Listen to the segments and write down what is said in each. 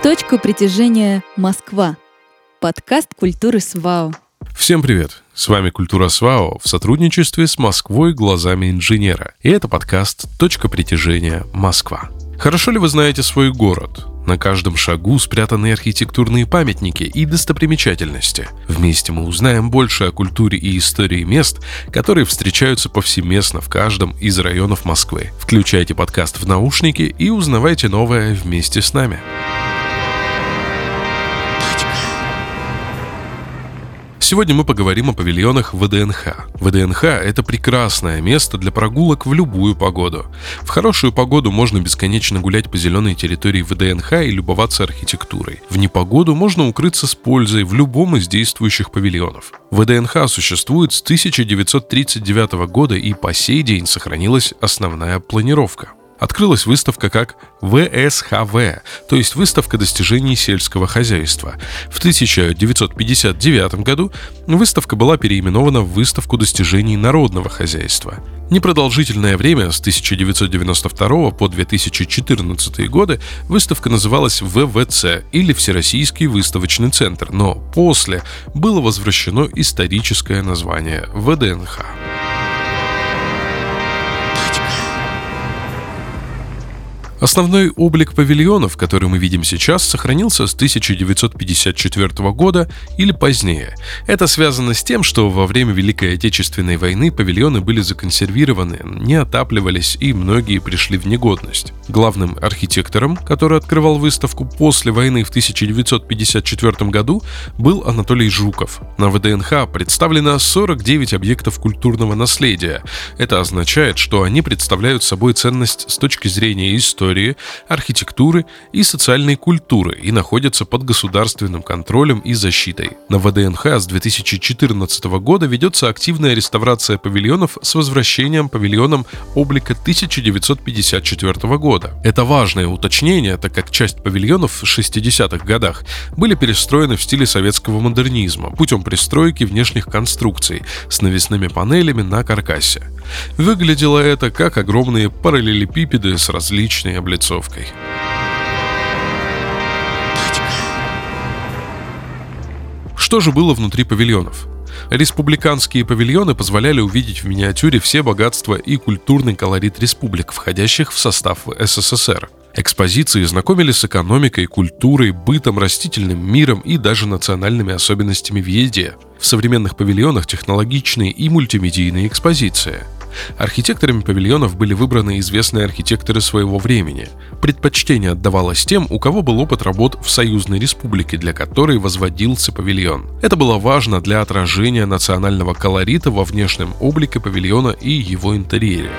Точка притяжения Москва. Подкаст культуры СВАО. Всем привет! С вами «Культура СВАО» в сотрудничестве с Москвой глазами инженера. И это подкаст «Точка притяжения Москва». Хорошо ли вы знаете свой город? На каждом шагу спрятаны архитектурные памятники и достопримечательности. Вместе мы узнаем больше о культуре и истории мест, которые встречаются повсеместно в каждом из районов Москвы. Включайте подкаст в наушники и узнавайте новое вместе с нами. Сегодня мы поговорим о павильонах ВДНХ. ВДНХ – это прекрасное место для прогулок в любую погоду. В хорошую погоду можно бесконечно гулять по зеленой территории ВДНХ и любоваться архитектурой. В непогоду можно укрыться с пользой в любом из действующих павильонов. ВДНХ существует с 1939 года и по сей день сохранилась основная планировка. Открылась выставка как ВСХВ, то есть выставка достижений сельского хозяйства. В 1959 году выставка была переименована в выставку достижений народного хозяйства. Непродолжительное время, с 1992 по 2014 годы, выставка называлась ВВЦ или Всероссийский выставочный центр, но после было возвращено историческое название ВДНХ. Основной облик павильонов, который мы видим сейчас, сохранился с 1954 года или позднее. Это связано с тем, что во время Великой Отечественной войны павильоны были законсервированы, не отапливались и многие пришли в негодность. Главным архитектором, который открывал выставку после войны в 1954 году, был Анатолий Жуков. На ВДНХ представлено 49 объектов культурного наследия. Это означает, что они представляют собой ценность с точки зрения истории, архитектуры и социальной культуры и находятся под государственным контролем и защитой. На ВДНХ с 2014 года ведется активная реставрация павильонов с возвращением павильонам облика 1954 года. Это важное уточнение, так как часть павильонов в 60-х годах были перестроены в стиле советского модернизма путем пристройки внешних конструкций с навесными панелями на каркасе. Выглядело это как огромные параллелепипеды с различной облицовкой. Что же было внутри павильонов? Республиканские павильоны позволяли увидеть в миниатюре все богатства и культурный колорит республик, входящих в состав СССР. Экспозиции знакомили с экономикой, культурой, бытом, растительным миром и даже национальными особенностями в еде. В современных павильонах технологичные и мультимедийные экспозиции. Архитекторами павильонов были выбраны известные архитекторы своего времени. Предпочтение отдавалось тем, у кого был опыт работ в Союзной Республике, для которой возводился павильон. Это было важно для отражения национального колорита во внешнем облике павильона и его интерьере.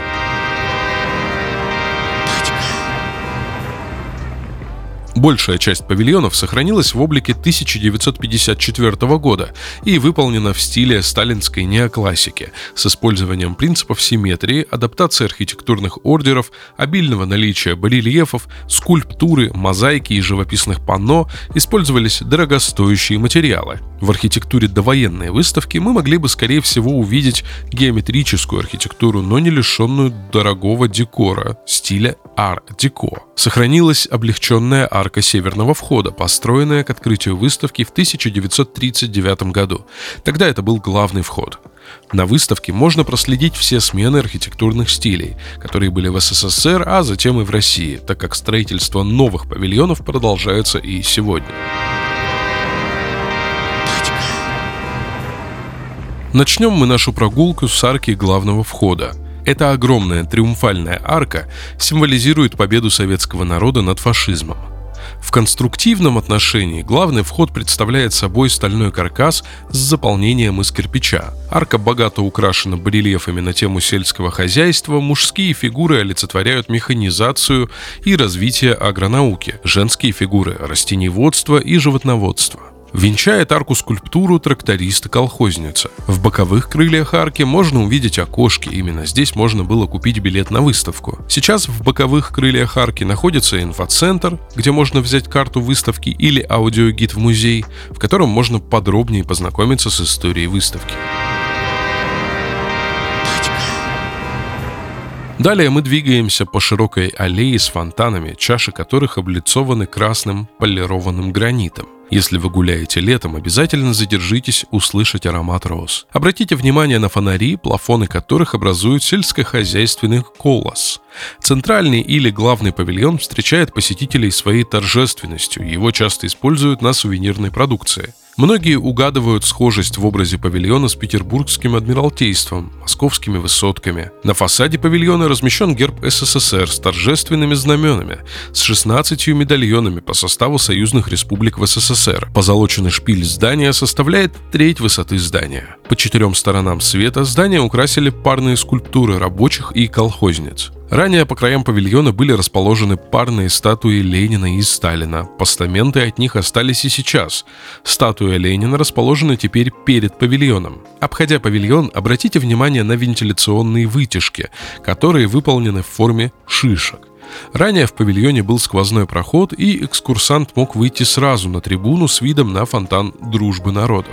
Большая часть павильонов сохранилась в облике 1954 года и выполнена в стиле сталинской неоклассики с использованием принципов симметрии, адаптации архитектурных ордеров, обильного наличия барельефов, скульптуры, мозаики и живописных панно, использовались дорогостоящие материалы. В архитектуре довоенной выставки мы могли бы, скорее всего, увидеть геометрическую архитектуру, но не лишенную дорогого декора стиля ар-деко. Сохранилась облегченная арка северного входа, построенная к открытию выставки в 1939 году. Тогда это был главный вход. На выставке можно проследить все смены архитектурных стилей, которые были в СССР, а затем и в России, так как строительство новых павильонов продолжается и сегодня. Начнем мы нашу прогулку с арки главного входа. Эта огромная триумфальная арка символизирует победу советского народа над фашизмом. В конструктивном отношении главный вход представляет собой стальной каркас с заполнением из кирпича. Арка богато украшена барельефами на тему сельского хозяйства, мужские фигуры олицетворяют механизацию и развитие агронауки, женские фигуры – растениеводство и животноводство. Венчает арку скульптуру тракториста-колхозница. В боковых крыльях арки можно увидеть окошки, именно здесь можно было купить билет на выставку. Сейчас в боковых крыльях арки находится инфоцентр, где можно взять карту выставки или аудиогид в музей, в котором можно подробнее познакомиться с историей выставки. Далее мы двигаемся по широкой аллее с фонтанами, чаши которых облицованы красным полированным гранитом. Если вы гуляете летом, обязательно задержитесь услышать аромат роз. Обратите внимание на фонари, плафоны которых образуют сельскохозяйственный колос. Центральный или главный павильон встречает посетителей своей торжественностью, его часто используют на сувенирной продукции. Многие угадывают схожесть в образе павильона с петербургским адмиралтейством, московскими высотками. На фасаде павильона размещен герб СССР с торжественными знаменами, с 16 медальонами по составу союзных республик в СССР. Позолоченный шпиль здания составляет треть высоты здания. По 4 сторонам света здание украсили парные скульптуры рабочих и колхозниц. Ранее по краям павильона были расположены парные статуи Ленина и Сталина. Постаменты от них остались и сейчас. Статуя Ленина расположена теперь перед павильоном. Обходя павильон, обратите внимание на вентиляционные вытяжки, которые выполнены в форме шишек. Ранее в павильоне был сквозной проход, и экскурсант мог выйти сразу на трибуну с видом на фонтан Дружбы народов.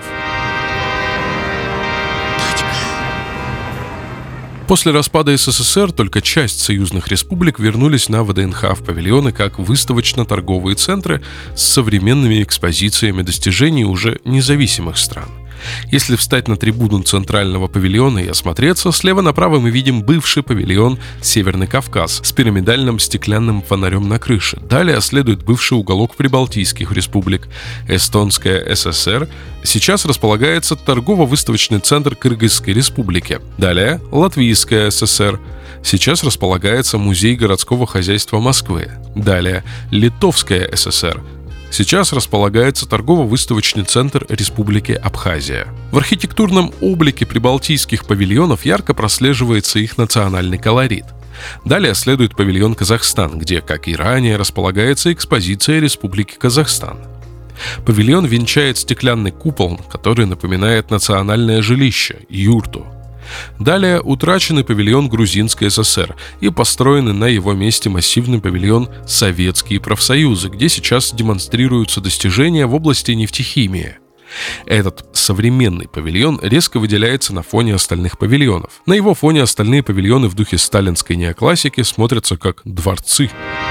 После распада СССР только часть союзных республик вернулись на ВДНХ в павильоны как выставочно-торговые центры с современными экспозициями достижений уже независимых стран. Если встать на трибуну центрального павильона и осмотреться, слева направо мы видим бывший павильон «Северный Кавказ» с пирамидальным стеклянным фонарем на крыше. Далее следует бывший уголок прибалтийских республик. Эстонская ССР. Сейчас располагается торгово-выставочный центр Кыргызской республики. Далее Латвийская ССР. Сейчас располагается музей городского хозяйства Москвы. Далее Литовская ССР. Сейчас располагается торгово-выставочный центр Республики Абхазия. В архитектурном облике прибалтийских павильонов ярко прослеживается их национальный колорит. Далее следует павильон Казахстан, где, как и ранее, располагается экспозиция Республики Казахстан. Павильон венчает стеклянный купол, который напоминает национальное жилище – юрту. Далее утраченный павильон Грузинской ССР и построенный на его месте массивный павильон «Советские профсоюзы», где сейчас демонстрируются достижения в области нефтехимии. Этот современный павильон резко выделяется на фоне остальных павильонов. На его фоне остальные павильоны в духе сталинской неоклассики смотрятся как дворцы.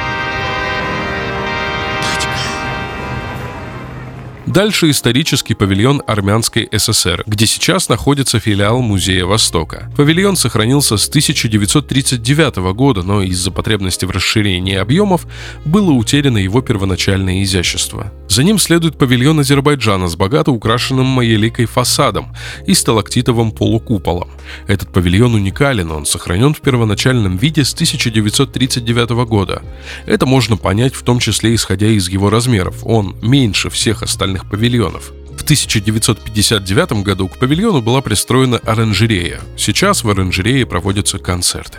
Дальше исторический павильон Армянской ССР, где сейчас находится филиал Музея Востока. Павильон сохранился с 1939 года, но из-за потребности в расширении объемов было утеряно его первоначальное изящество. За ним следует павильон Азербайджана с богато украшенным маяликой фасадом и сталактитовым полукуполом. Этот павильон уникален, он сохранен в первоначальном виде с 1939 года. Это можно понять в том числе исходя из его размеров. Он меньше всех остальных павильонов. В 1959 году к павильону была пристроена оранжерея. Сейчас в оранжерее проводятся концерты.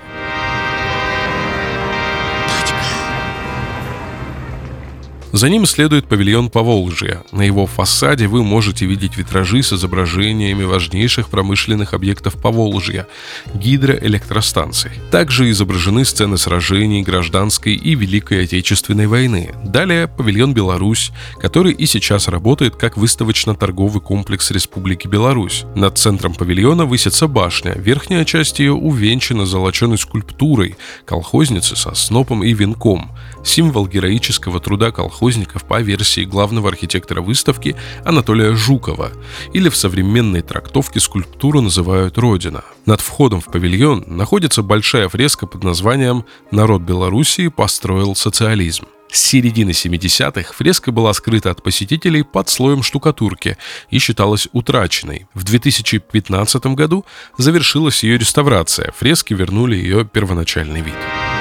За ним следует павильон Поволжья. На его фасаде вы можете видеть витражи с изображениями важнейших промышленных объектов Поволжья – гидроэлектростанций. Также изображены сцены сражений Гражданской и Великой Отечественной войны. Далее павильон Беларусь, который и сейчас работает как выставочно-торговый комплекс Республики Беларусь. Над центром павильона высится башня. Верхняя часть ее увенчана золоченой скульптурой колхозницы со снопом и венком. Символ героического труда колхозников по версии главного архитектора выставки Анатолия Жукова, или в современной трактовке скульптуру называют «Родина». Над входом в павильон находится большая фреска под названием «Народ Белоруссии построил социализм». С середины 70-х фреска была скрыта от посетителей под слоем штукатурки и считалась утраченной. В 2015 году завершилась ее реставрация, фрески вернули ее первоначальный вид.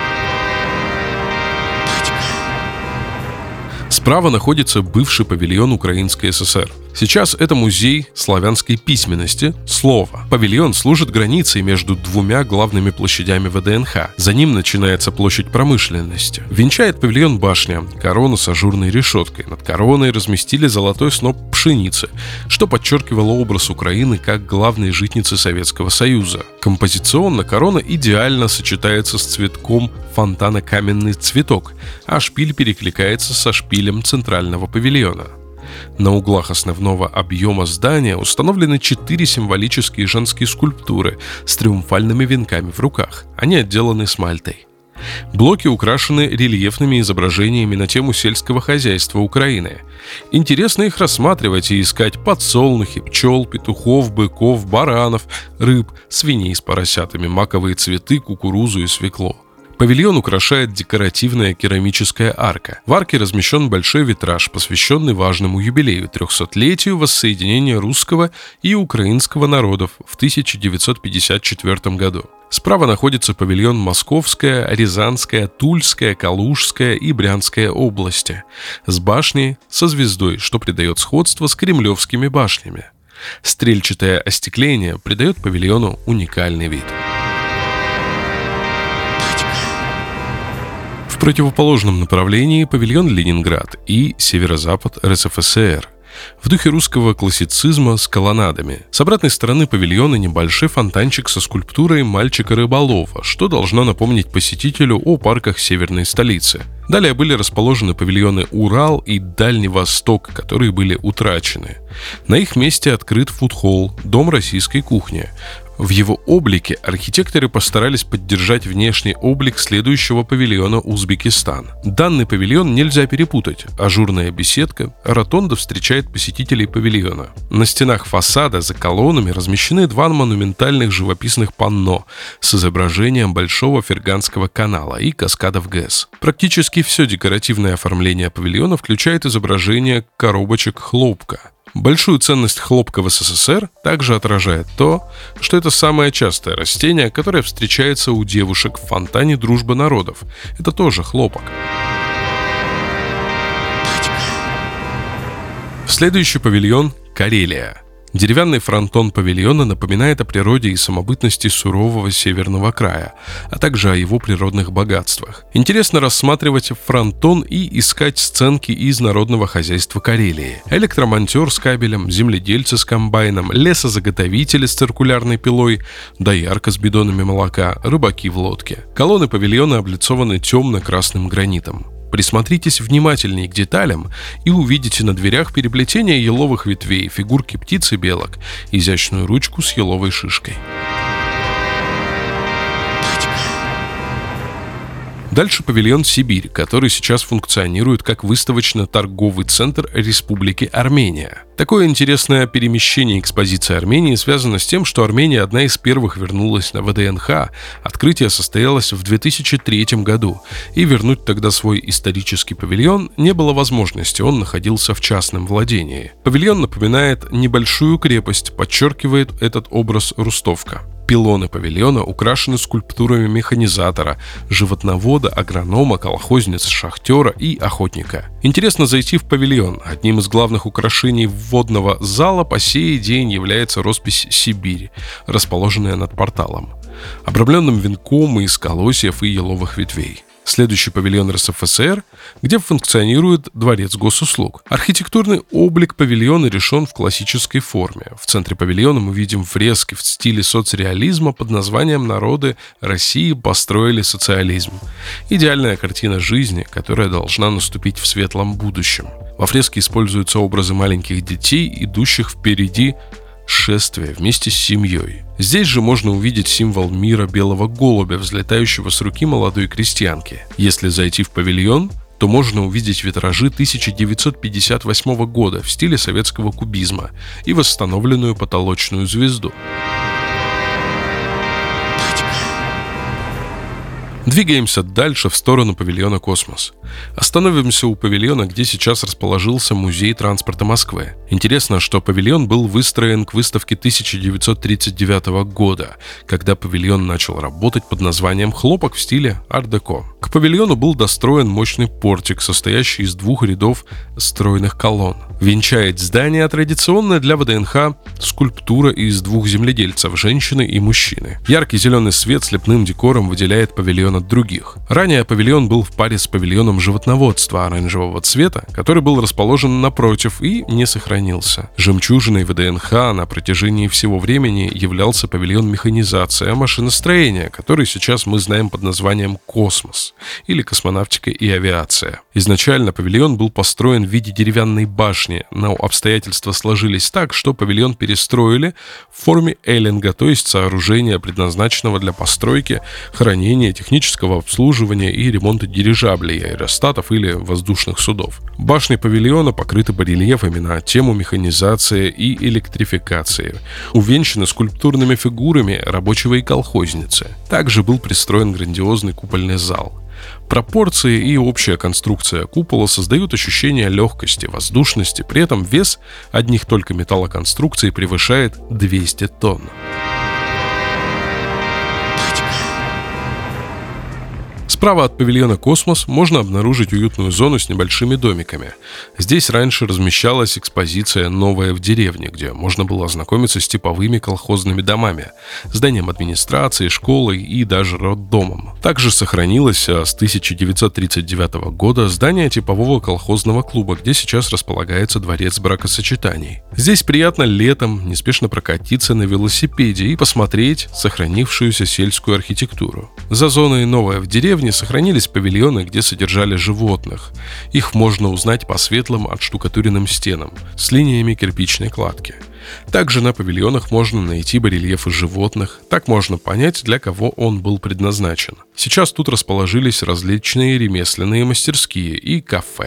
Справа находится бывший павильон Украинской ССР. Сейчас это музей славянской письменности «Слово». Павильон служит границей между двумя главными площадями ВДНХ. За ним начинается площадь промышленности. Венчает павильон башня, корона с ажурной решеткой. Над короной разместили золотой сноп пшеницы, что подчеркивало образ Украины как главной житницы Советского Союза. Композиционно корона идеально сочетается с цветком фонтана «Каменный цветок», а шпиль перекликается со шпилем центрального павильона. На углах основного объема здания установлены 4 символические женские скульптуры с триумфальными венками в руках. Они отделаны смальтой. Блоки украшены рельефными изображениями на тему сельского хозяйства Украины. Интересно их рассматривать и искать подсолнухи, пчел, петухов, быков, баранов, рыб, свиней с поросятами, маковые цветы, кукурузу и свеклу. Павильон украшает декоративная керамическая арка. В арке размещен большой витраж, посвященный важному юбилею – 300-летию воссоединения русского и украинского народов в 1954 году. Справа находится павильон Московская, Рязанская, Тульская, Калужская и Брянская области с башней со звездой, что придает сходство с кремлевскими башнями. Стрельчатое остекление придает павильону уникальный вид. В противоположном направлении павильон Ленинград и северо-запад РСФСР. В духе русского классицизма с колоннадами. С обратной стороны павильона небольшой фонтанчик со скульптурой мальчика-рыболова, что должно напомнить посетителю о парках северной столицы. Далее были расположены павильоны «Урал» и «Дальний Восток», которые были утрачены. На их месте открыт фудхолл, дом российской кухни. В его облике архитекторы постарались поддержать внешний облик следующего павильона Узбекистан. Данный павильон нельзя перепутать. Ажурная беседка, ротонда встречает посетителей павильона. На стенах фасада за колоннами размещены 2 монументальных живописных панно с изображением Большого Ферганского канала и каскадов ГЭС. Практически все декоративное оформление павильона включает изображение коробочек хлопка. Большую ценность хлопка в СССР также отражает то, что это самое частое растение, которое встречается у девушек в фонтане «Дружба народов». Это тоже хлопок. Следующий павильон – Карелия. Деревянный фронтон павильона напоминает о природе и самобытности сурового северного края, а также о его природных богатствах. Интересно рассматривать фронтон и искать сценки из народного хозяйства Карелии. Электромонтер с кабелем, земледельцы с комбайном, лесозаготовители с циркулярной пилой, доярка с бидонами молока, рыбаки в лодке. Колонны павильона облицованы темно-красным гранитом. Присмотритесь внимательнее к деталям и увидите на дверях переплетение еловых ветвей, фигурки птиц и белок, изящную ручку с еловой шишкой. Дальше павильон «Сибирь», который сейчас функционирует как выставочно-торговый центр Республики Армения. Такое интересное перемещение экспозиции Армении связано с тем, что Армения одна из первых вернулась на ВДНХ. Открытие состоялось в 2003 году, и вернуть тогда свой исторический павильон не было возможности, он находился в частном владении. Павильон напоминает небольшую крепость, подчеркивает этот образ Рустовка. Пилоны павильона украшены скульптурами механизатора, животновода, агронома, колхозницы, шахтера и охотника. Интересно зайти в павильон. Одним из главных украшений вводного зала по сей день является роспись «Сибирь», расположенная над порталом, обрамленным венком из колосьев и еловых ветвей. Следующий павильон РСФСР, где функционирует Дворец госуслуг. Архитектурный облик павильона решен в классической форме. В центре павильона мы видим фрески в стиле соцреализма под названием «Народы России построили социализм». Идеальная картина жизни, которая должна наступить в светлом будущем. Во фреске используются образы маленьких детей, идущих впереди шествие вместе с семьей. Здесь же можно увидеть символ мира белого голубя, взлетающего с руки молодой крестьянки. Если зайти в павильон, то можно увидеть витражи 1958 года в стиле советского кубизма и восстановленную потолочную звезду. Двигаемся дальше в сторону павильона «Космос». Остановимся у павильона, где сейчас расположился Музей транспорта Москвы. Интересно, что павильон был выстроен к выставке 1939 года, когда павильон начал работать под названием «Хлопок» в стиле ар-деко. К павильону был достроен мощный портик, состоящий из 2 рядов стройных колонн. Венчает здание традиционная для ВДНХ скульптура из 2 земледельцев, женщины и мужчины. Яркий зеленый свет с лепным декором выделяет павильон от других. Ранее павильон был в паре с павильоном животноводства оранжевого цвета, который был расположен напротив и не сохранился. Жемчужиной ВДНХ на протяжении всего времени являлся павильон механизация машиностроения, который сейчас мы знаем под названием «Космос» или «Космонавтика и авиация». Изначально павильон был построен в виде деревянной башни, но обстоятельства сложились так, что павильон перестроили в форме эллинга, то есть сооружения, предназначенного для постройки, хранения, технического обслуживания и ремонта дирижаблей, аэростатов или воздушных судов. Башни павильона покрыты барельефами на тему механизации и электрификации, увенчаны скульптурными фигурами рабочего и колхозницы. Также был пристроен грандиозный купольный зал. Пропорции и общая конструкция купола создают ощущение легкости, воздушности, при этом вес одних только металлоконструкций превышает 200 тонн. Справа от павильона «Космос» можно обнаружить уютную зону с небольшими домиками. Здесь раньше размещалась экспозиция «Новая в деревне», где можно было ознакомиться с типовыми колхозными домами, зданием администрации, школой и даже роддомом. Также сохранилось с 1939 года здание типового колхозного клуба, где сейчас располагается дворец бракосочетаний. Здесь приятно летом неспешно прокатиться на велосипеде и посмотреть сохранившуюся сельскую архитектуру. За зоной «Новая в деревне» сохранились павильоны, где содержали животных. Их можно узнать по светлым отштукатуренным стенам с линиями кирпичной кладки. Также на павильонах можно найти барельефы животных, так можно понять, для кого он был предназначен. Сейчас тут расположились различные ремесленные мастерские и кафе.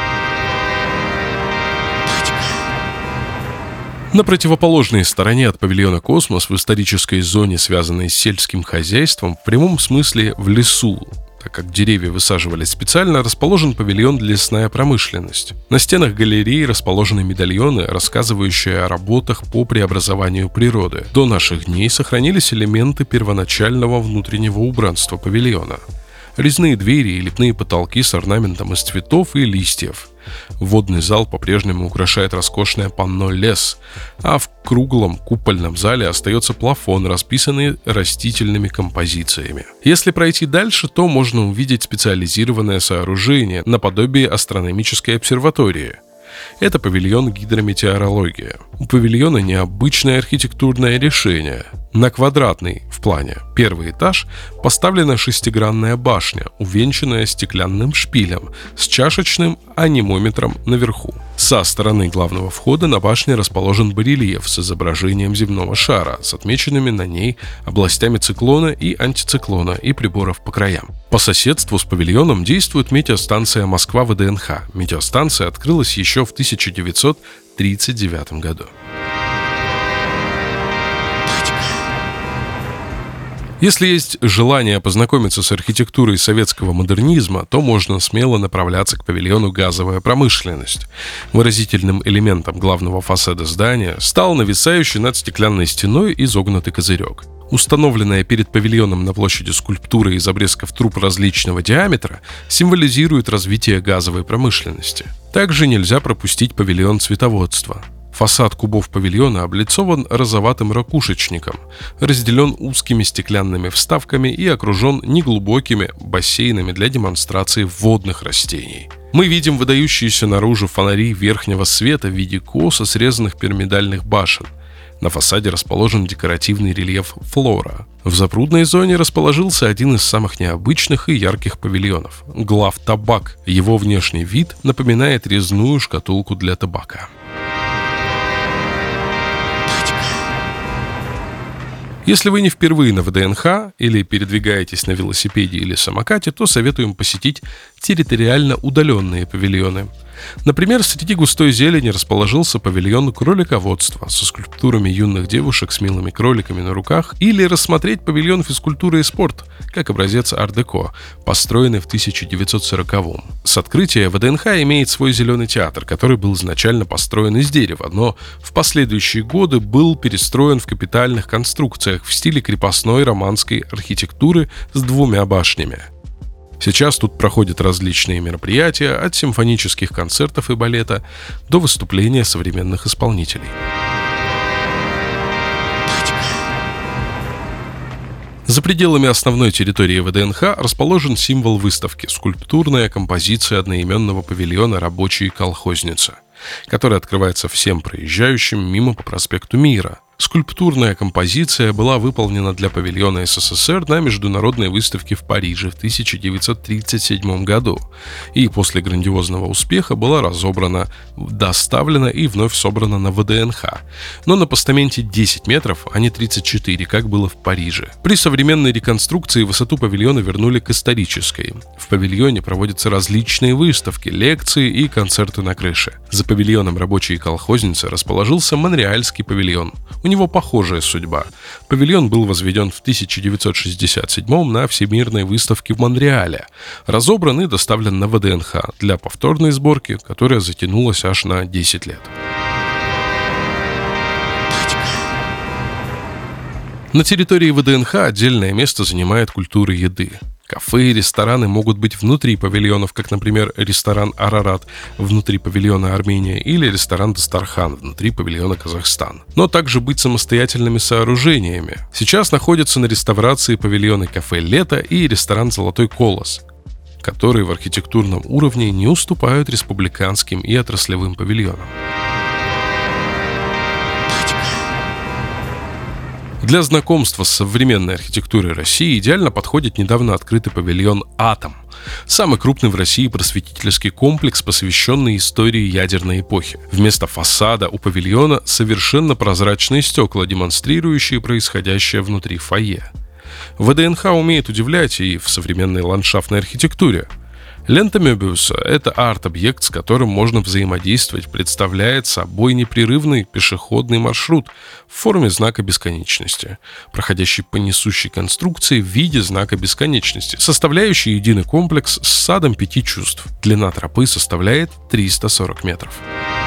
На противоположной стороне от павильона «Космос», в исторической зоне, связанной с сельским хозяйством, в прямом смысле в лесу, так как деревья высаживались специально, расположен павильон «Лесная промышленность». На стенах галереи расположены медальоны, рассказывающие о работах по преобразованию природы. До наших дней сохранились элементы первоначального внутреннего убранства павильона. Резные двери и лепные потолки с орнаментом из цветов и листьев. Вводный зал по-прежнему украшает роскошное панно «Лес», а в круглом купольном зале остается плафон, расписанный растительными композициями. Если пройти дальше, то можно увидеть специализированное сооружение наподобие астрономической обсерватории. Это павильон гидрометеорология. У павильона необычное архитектурное решение. На квадратный в плане первый этаж поставлена шестигранная башня, увенчанная стеклянным шпилем с чашечным анимометром наверху. Со стороны главного входа на башне расположен барельеф с изображением земного шара, с отмеченными на ней областями циклона и антициклона и приборов по краям. По соседству с павильоном действует метеостанция «Москва» ВДНХ. Метеостанция открылась еще в 1939 году. Если есть желание познакомиться с архитектурой советского модернизма, то можно смело направляться к павильону «Газовая промышленность». Выразительным элементом главного фасада здания стал нависающий над стеклянной стеной изогнутый козырек. Установленная перед павильоном на площади скульптура из обрезков труб различного диаметра символизирует развитие газовой промышленности. Также нельзя пропустить павильон цветоводства. Фасад кубов павильона облицован розоватым ракушечником, разделен узкими стеклянными вставками и окружен неглубокими бассейнами для демонстрации водных растений. Мы видим выдающиеся наружу фонари верхнего света в виде косо срезанных пирамидальных башен. На фасаде расположен декоративный рельеф «Флора». В запрудной зоне расположился один из самых необычных и ярких павильонов – главтабак. Его внешний вид напоминает резную шкатулку для табака. Если вы не впервые на ВДНХ или передвигаетесь на велосипеде или самокате, то советуем посетить территориально удаленные павильоны. Например, среди густой зелени расположился павильон кролиководства со скульптурами юных девушек с милыми кроликами на руках, или рассмотреть павильон физкультуры и спорт, как образец ар-деко, построенный в 1940-м. С открытия ВДНХ имеет свой зеленый театр, который был изначально построен из дерева, но в последующие годы был перестроен в капитальных конструкциях в стиле крепостной романской архитектуры с двумя башнями. Сейчас тут проходят различные мероприятия, от симфонических концертов и балета до выступления современных исполнителей. За пределами основной территории ВДНХ расположен символ выставки – скульптурная композиция одноименного павильона «Рабочие колхозницы», который открывается всем проезжающим мимо по проспекту Мира. Скульптурная композиция была выполнена для павильона СССР на международной выставке в Париже в 1937 году и после грандиозного успеха была разобрана, доставлена и вновь собрана на ВДНХ. Но на постаменте 10 метров, а не 34, как было в Париже. При современной реконструкции высоту павильона вернули к исторической. В павильоне проводятся различные выставки, лекции и концерты на крыше. За павильоном «Рабочие колхозницы» расположился Монреальский павильон. У него похожая судьба. Павильон был возведен в 1967 на Всемирной выставке в Монреале. Разобран и доставлен на ВДНХ для повторной сборки, которая затянулась аж на 10 лет. На территории ВДНХ отдельное место занимает культура еды. Кафе и рестораны могут быть внутри павильонов, как, например, ресторан «Арарат» внутри павильона Армения или ресторан «Дастархан» внутри павильона Казахстан. Но также быть самостоятельными сооружениями. Сейчас находятся на реставрации павильоны кафе «Лето» и ресторан «Золотой колос», которые в архитектурном уровне не уступают республиканским и отраслевым павильонам. Для знакомства с современной архитектурой России идеально подходит недавно открытый павильон «Атом», самый крупный в России просветительский комплекс, посвященный истории ядерной эпохи. Вместо фасада у павильона совершенно прозрачные стекла, демонстрирующие происходящее внутри фойе. ВДНХ умеет удивлять и в современной ландшафтной архитектуре. Лента Мёбиуса – это арт-объект, с которым можно взаимодействовать, представляет собой непрерывный пешеходный маршрут в форме знака бесконечности, проходящий по несущей конструкции в виде знака бесконечности, составляющий единый комплекс с садом 5 чувств. Длина тропы составляет 340 метров.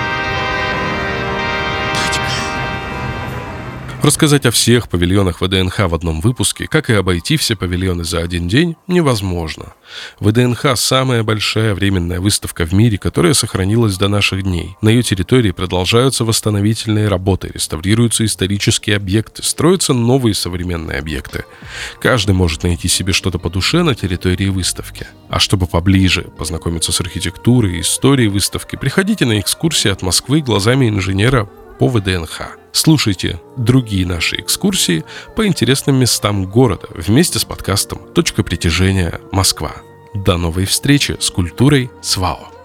Рассказать о всех павильонах ВДНХ в одном выпуске, как и обойти все павильоны за один день, невозможно. ВДНХ – самая большая временная выставка в мире, которая сохранилась до наших дней. На ее территории продолжаются восстановительные работы, реставрируются исторические объекты, строятся новые современные объекты. Каждый может найти себе что-то по душе на территории выставки. А чтобы поближе познакомиться с архитектурой и историей выставки, приходите на экскурсии от Москвы глазами инженера по ВДНХ. Слушайте другие наши экскурсии по интересным местам города вместе с подкастом «Точка притяжения Москва». До новой встречи с культурой СВАО.